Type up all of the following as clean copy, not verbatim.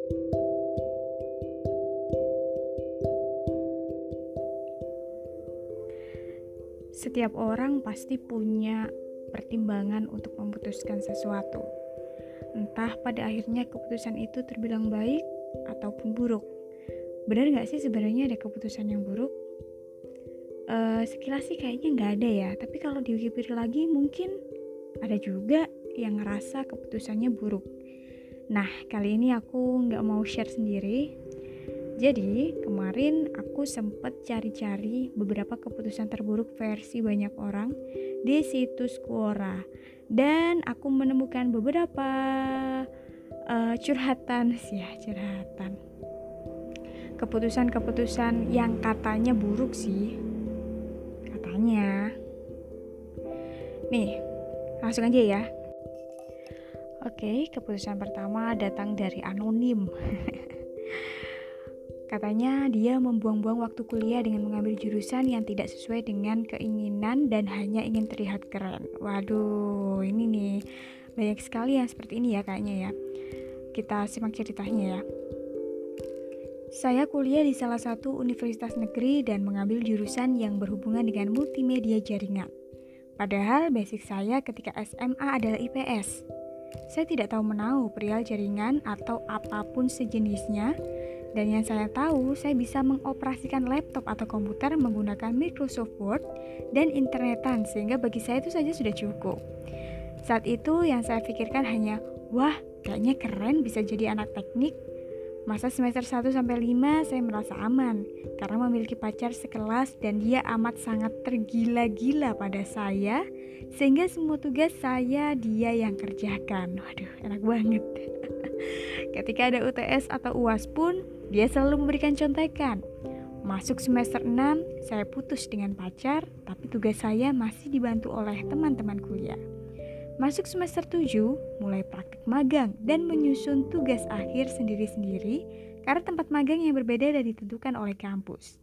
Setiap orang pasti punya pertimbangan untuk memutuskan sesuatu. Entah pada akhirnya keputusan itu terbilang baik ataupun buruk. Benar gak sih sebenarnya ada keputusan yang buruk? Sekilas sih kayaknya gak ada ya. Tapi kalau dipikir lagi mungkin ada juga yang ngerasa keputusannya buruk. Nah, kali ini aku gak mau share sendiri. Jadi, kemarin aku sempat cari-cari beberapa keputusan terburuk versi banyak orang di situs Quora. Dan aku menemukan beberapa curhatan. Keputusan-keputusan yang katanya buruk sih. Katanya. Nih, langsung aja ya. Oke, keputusan pertama datang dari anonim. Katanya dia membuang-buang waktu kuliah dengan mengambil jurusan yang tidak sesuai dengan keinginan dan hanya ingin terlihat keren. Waduh, ini nih banyak sekali yang seperti ini ya kayaknya ya. Kita simak ceritanya ya. Saya kuliah di salah satu universitas negeri dan mengambil jurusan yang berhubungan dengan multimedia jaringan. Padahal basic saya ketika SMA adalah IPS. Saya tidak tahu menahu perihal jaringan atau apapun sejenisnya. Dan yang saya tahu, saya bisa mengoperasikan laptop atau komputer menggunakan Microsoft Word dan internetan, sehingga bagi saya itu saja sudah cukup. Saat itu yang saya pikirkan hanya, wah kayaknya keren bisa jadi anak teknik. Masa semester 1-5 saya merasa aman, karena memiliki pacar sekelas dan dia amat sangat tergila-gila pada saya, sehingga semua tugas saya dia yang kerjakan. Waduh, enak banget. Ketika ada UTS atau UAS pun, dia selalu memberikan contekan. Masuk semester 6, saya putus dengan pacar, tapi tugas saya masih dibantu oleh teman-teman kuliah. Masuk semester 7, mulai praktik magang dan menyusun tugas akhir sendiri-sendiri karena tempat magang yang berbeda dan ditentukan oleh kampus.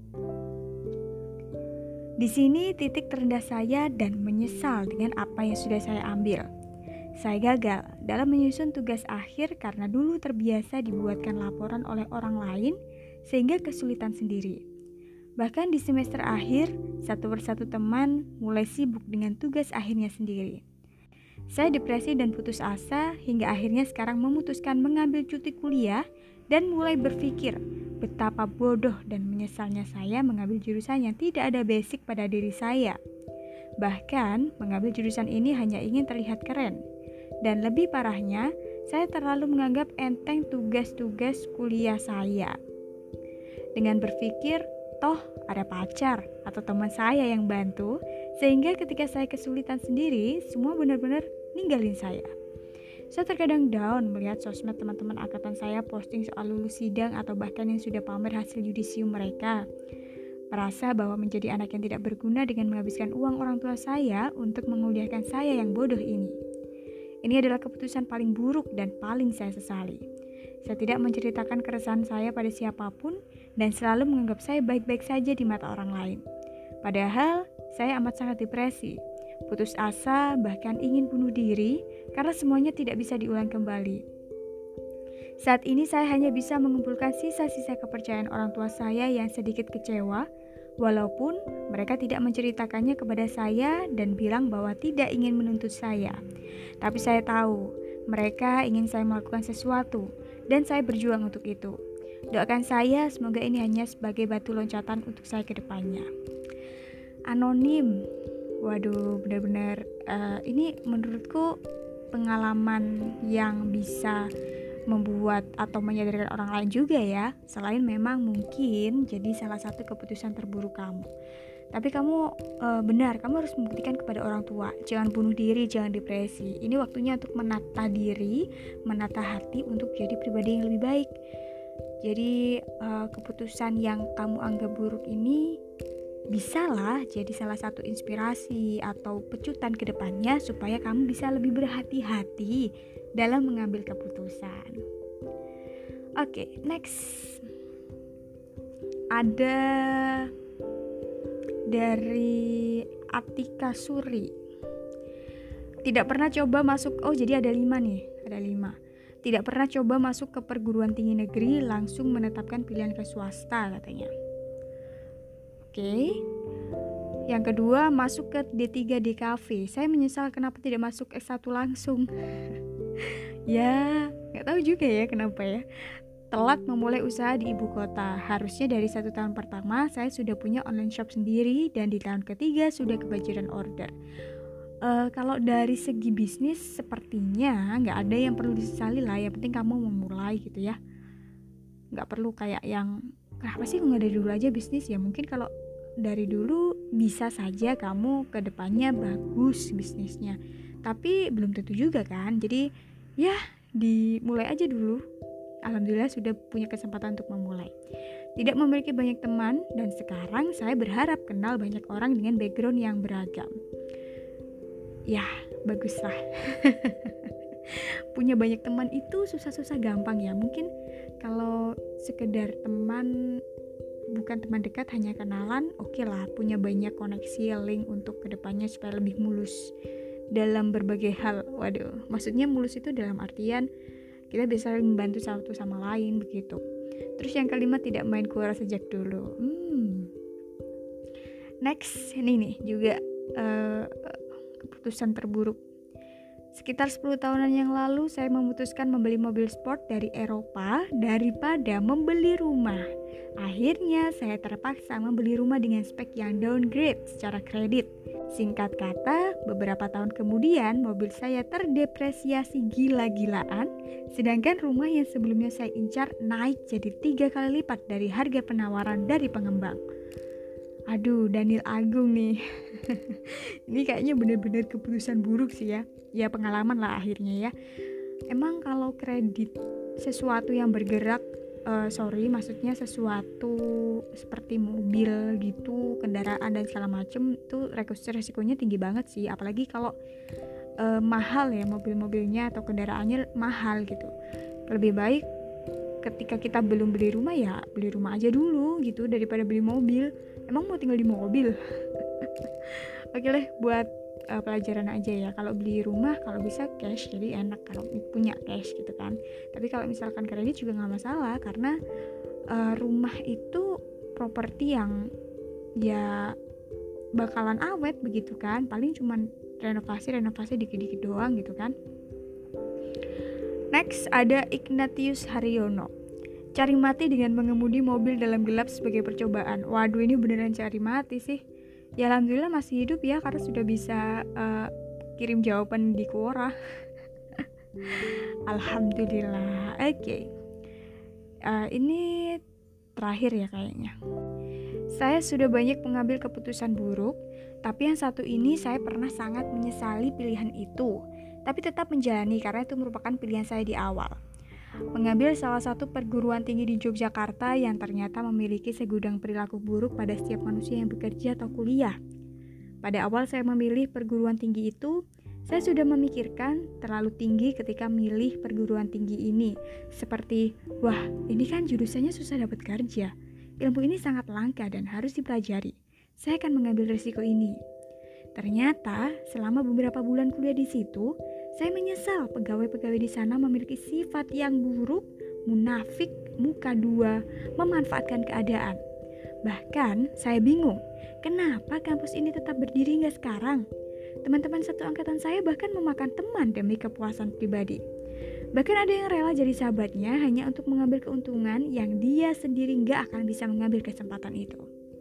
Di sini titik terendah saya dan menyesal dengan apa yang sudah saya ambil. Saya gagal dalam menyusun tugas akhir karena dulu terbiasa dibuatkan laporan oleh orang lain sehingga kesulitan sendiri. Bahkan di semester akhir, satu persatu teman mulai sibuk dengan tugas akhirnya sendiri. Saya depresi dan putus asa hingga akhirnya sekarang memutuskan mengambil cuti kuliah dan mulai berpikir betapa bodoh dan menyesalnya saya mengambil jurusan yang tidak ada basic pada diri saya. Bahkan mengambil jurusan ini hanya ingin terlihat keren. Dan lebih parahnya, saya terlalu menganggap enteng tugas-tugas kuliah saya. Dengan berpikir, toh ada pacar atau teman saya yang bantu, sehingga ketika saya kesulitan sendiri, semua benar-benar ninggalin saya. Saya terkadang down melihat sosmed teman-teman angkatan saya posting soal lulus sidang atau bahkan yang sudah pamer hasil yudisium mereka. Merasa bahwa menjadi anak yang tidak berguna dengan menghabiskan uang orang tua saya untuk menguliahkan saya yang bodoh ini. Ini adalah keputusan paling buruk dan paling saya sesali. Saya tidak menceritakan keresahan saya pada siapapun dan selalu menganggap saya baik-baik saja di mata orang lain. Padahal, saya amat sangat depresi, putus asa, bahkan ingin bunuh diri karena semuanya tidak bisa diulang kembali. Saat ini saya hanya bisa mengumpulkan sisa-sisa kepercayaan orang tua saya yang sedikit kecewa, walaupun mereka tidak menceritakannya kepada saya dan bilang bahwa tidak ingin menuntut saya. Tapi saya tahu, mereka ingin saya melakukan sesuatu, dan saya berjuang untuk itu. Doakan saya, semoga ini hanya sebagai batu loncatan untuk saya ke depannya. Anonim, waduh benar-benar ini menurutku pengalaman yang bisa membuat atau menyadarkan orang lain juga ya. Selain memang mungkin jadi salah satu keputusan terburuk kamu. Tapi kamu benar, kamu harus membuktikan kepada orang tua. Jangan bunuh diri, jangan depresi. Ini waktunya untuk menata diri, menata hati untuk jadi pribadi yang lebih baik. Jadi keputusan yang kamu anggap buruk ini bisalah jadi salah satu inspirasi atau pecutan ke depannya supaya kamu bisa lebih berhati-hati dalam mengambil keputusan. Oke, next. Ada dari Atika Suri. Tidak pernah coba masuk, jadi ada 5 nih, ada 5. Tidak pernah coba masuk ke perguruan tinggi negeri, langsung menetapkan pilihan ke swasta katanya. Oke. Yang kedua, masuk ke D3 DKV. Saya menyesal kenapa tidak masuk S1 langsung. Ya, gak tahu juga ya kenapa ya. Telat memulai usaha di ibu kota. Harusnya dari 1 tahun pertama saya sudah punya online shop sendiri, dan di tahun ketiga sudah kebajiran order. Kalau dari segi bisnis sepertinya nggak ada yang perlu disesali lah. Yang penting kamu memulai gitu ya. Nggak perlu kayak yang kenapa sih nggak dari dulu aja bisnis. Ya mungkin kalau dari dulu bisa saja kamu ke depannya bagus bisnisnya, tapi belum tentu juga kan. Jadi ya dimulai aja dulu. Alhamdulillah sudah punya kesempatan untuk memulai. Tidak memiliki banyak teman, dan sekarang saya berharap kenal banyak orang dengan background yang beragam. Ya, baguslah. Punya banyak teman itu susah-susah gampang ya. Mungkin kalau sekedar teman, bukan teman dekat, hanya kenalan, oke lah, punya banyak koneksi, link untuk kedepannya supaya lebih mulus dalam berbagai hal. Waduh, maksudnya mulus itu dalam artian kita bisa membantu satu sama lain begitu. Terus yang kelima, tidak main keluar sejak dulu. Next, ini nih juga keputusan terburuk. Sekitar 10 tahunan yang lalu saya memutuskan membeli mobil sport dari Eropa daripada membeli rumah. Akhirnya saya terpaksa membeli rumah dengan spek yang downgrade secara kredit. Singkat kata, beberapa tahun kemudian mobil saya terdepresiasi gila-gilaan, sedangkan rumah yang sebelumnya saya incar naik jadi 3 kali lipat dari harga penawaran dari pengembang. Aduh, Daniel Agung nih. Ini kayaknya benar-benar keputusan buruk sih ya. Ya pengalaman lah akhirnya ya. Emang kalau kredit sesuatu yang bergerak, maksudnya sesuatu seperti mobil gitu, kendaraan dan segala macem, itu resikonya tinggi banget sih. Apalagi kalau mahal ya, mobil-mobilnya atau kendaraannya mahal gitu. Lebih baik ketika kita belum beli rumah, ya beli rumah aja dulu gitu daripada beli mobil. Emang mau tinggal di mobil? Oke deh, buat pelajaran aja ya. Kalau beli rumah, kalau bisa cash, jadi enak kalau punya cash gitu kan. Tapi kalau misalkan kredit juga nggak masalah, karena rumah itu properti yang ya bakalan awet begitu kan. Paling cuman renovasi dikit-dikit doang gitu kan. Next ada Ignatius Haryono. Cari mati dengan mengemudi mobil dalam gelap sebagai percobaan. Waduh, ini beneran cari mati sih. Ya alhamdulillah masih hidup ya, karena sudah bisa kirim jawaban di Quora. Alhamdulillah. Oke. Ini terakhir ya kayaknya. Saya sudah banyak mengambil keputusan buruk, tapi yang satu ini saya pernah sangat menyesali pilihan itu, tapi tetap menjalani karena itu merupakan pilihan saya di awal. Mengambil salah satu perguruan tinggi di Yogyakarta yang ternyata memiliki segudang perilaku buruk pada setiap manusia yang bekerja atau kuliah. Pada awal saya memilih perguruan tinggi itu, saya sudah memikirkan terlalu tinggi ketika milih perguruan tinggi ini. Seperti, wah ini kan jurusannya susah dapat kerja. Ilmu ini sangat langka dan harus dipelajari. Saya akan mengambil risiko ini. Ternyata selama beberapa bulan kuliah di situ, saya menyesal pegawai-pegawai di sana memiliki sifat yang buruk, munafik, muka dua, memanfaatkan keadaan. Bahkan saya bingung, kenapa kampus ini tetap berdiri hingga sekarang? Teman-teman satu angkatan saya bahkan memakan teman demi kepuasan pribadi. Bahkan ada yang rela jadi sahabatnya hanya untuk mengambil keuntungan yang dia sendiri gak akan bisa mengambil kesempatan itu.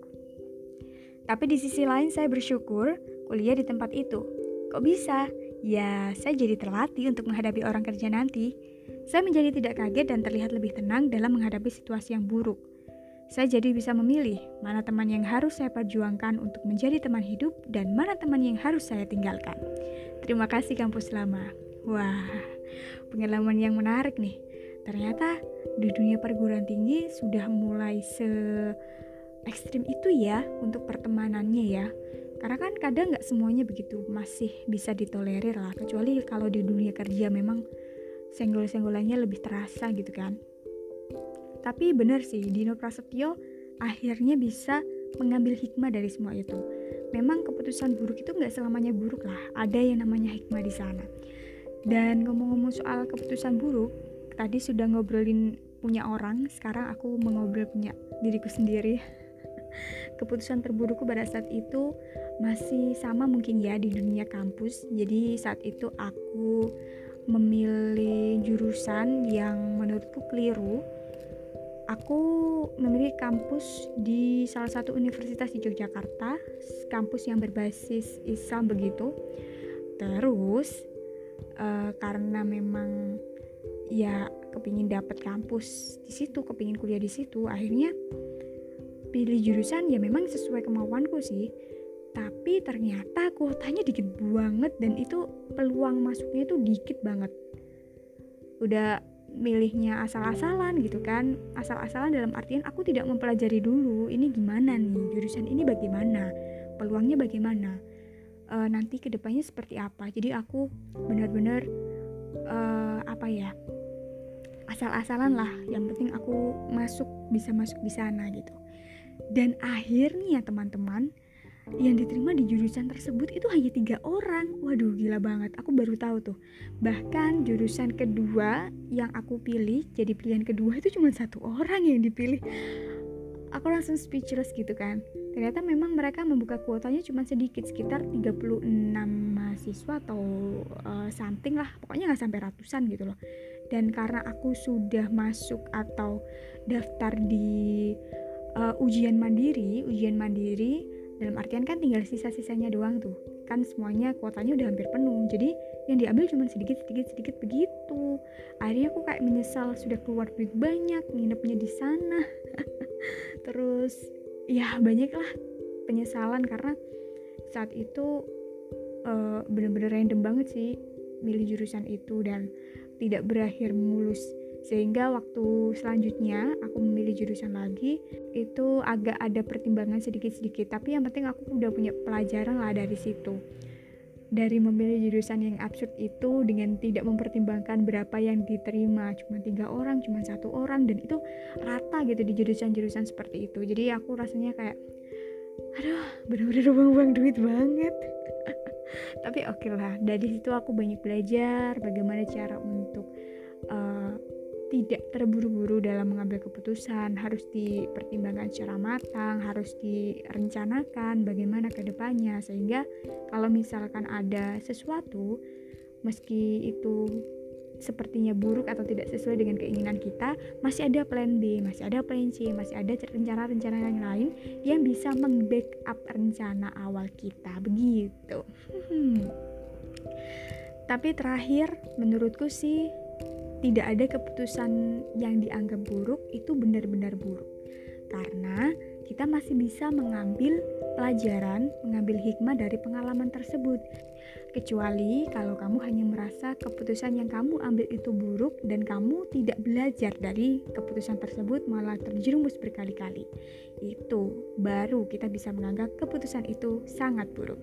Tapi di sisi lain saya bersyukur kuliah di tempat itu. Kok bisa? Ya, saya jadi terlatih untuk menghadapi orang kerja nanti. Saya menjadi tidak kaget dan terlihat lebih tenang dalam menghadapi situasi yang buruk. Saya jadi bisa memilih mana teman yang harus saya perjuangkan untuk menjadi teman hidup dan mana teman yang harus saya tinggalkan. Terima kasih kampus lama. Wah, pengalaman yang menarik nih. Ternyata di dunia perguruan tinggi sudah mulai ekstrim itu ya untuk pertemanannya ya. Karena kan kadang gak semuanya begitu masih bisa ditolerir lah. Kecuali kalau di dunia kerja memang senggol-senggolannya lebih terasa gitu kan. Tapi benar sih, Dino Prasetyo akhirnya bisa mengambil hikmah dari semua itu. Memang keputusan buruk itu gak selamanya buruk lah. Ada yang namanya hikmah di sana. Dan ngomong-ngomong soal keputusan buruk, tadi sudah ngobrolin punya orang, sekarang aku mau ngobrol punya diriku sendiri. Keputusan terburukku pada saat itu masih sama mungkin ya di dunia kampus. Jadi saat itu aku memilih jurusan yang menurutku keliru. Aku memilih kampus di salah satu universitas di Yogyakarta, kampus yang berbasis Islam begitu. Terus karena memang ya kepingin dapat kampus di situ, kepingin kuliah di situ, akhirnya pilih jurusan ya memang sesuai kemauanku sih. Tapi ternyata kuotanya dikit banget dan itu peluang masuknya itu dikit banget. Udah milihnya asal-asalan gitu kan. Asal-asalan dalam artian aku tidak mempelajari dulu ini gimana nih, jurusan ini bagaimana, peluangnya bagaimana, nanti kedepannya seperti apa. Jadi aku benar-benar asal-asalan lah, yang penting aku bisa masuk di sana gitu. Dan akhirnya teman-teman, yang diterima di jurusan tersebut itu hanya 3 orang. Waduh, gila banget, aku baru tahu tuh. Bahkan jurusan kedua yang aku pilih, jadi pilihan kedua itu cuma 1 orang yang dipilih. Aku langsung speechless gitu kan. Ternyata memang mereka membuka kuotanya cuma sedikit, sekitar 36 mahasiswa atau something lah, pokoknya gak sampai ratusan gitu loh. Dan karena aku sudah masuk atau daftar di ujian mandiri dalam artian kan tinggal sisa-sisanya doang tuh, kan semuanya kuotanya udah hampir penuh, jadi yang diambil cuma sedikit begitu. Akhirnya aku kayak menyesal sudah keluar duit banyak, nginepnya di sana. Terus ya banyak lah penyesalan karena saat itu bener-bener random banget sih milih jurusan itu dan tidak berakhir mulus, sehingga waktu selanjutnya aku memilih jurusan lagi itu agak ada pertimbangan sedikit-sedikit, tapi yang penting aku udah punya pelajaran lah dari situ. Dari memilih jurusan yang absurd itu dengan tidak mempertimbangkan berapa yang diterima, cuma 3 orang, cuma 1 orang, dan itu rata gitu di jurusan-jurusan seperti itu. Jadi aku rasanya kayak aduh, bener-bener buang-buang duit banget. Tapi oke lah, dari situ aku banyak belajar bagaimana cara untuk tidak terburu-buru dalam mengambil keputusan, harus dipertimbangkan secara matang, harus direncanakan bagaimana ke depannya, sehingga kalau misalkan ada sesuatu meski itu sepertinya buruk atau tidak sesuai dengan keinginan kita, masih ada plan B, masih ada plan C, masih ada rencana-rencana yang lain yang bisa meng-backup rencana awal kita begitu. Tapi terakhir menurutku sih tidak ada keputusan yang dianggap buruk itu benar-benar buruk, karena kita masih bisa mengambil pelajaran, mengambil hikmah dari pengalaman tersebut. Kecuali kalau kamu hanya merasa keputusan yang kamu ambil itu buruk dan kamu tidak belajar dari keputusan tersebut, malah terjerumus berkali-kali. Itu baru kita bisa menganggap keputusan itu sangat buruk.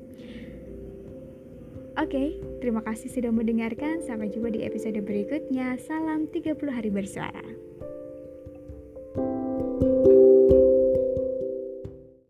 Oke, terima kasih sudah mendengarkan. Sampai jumpa di episode berikutnya. Salam 30 hari bersuara.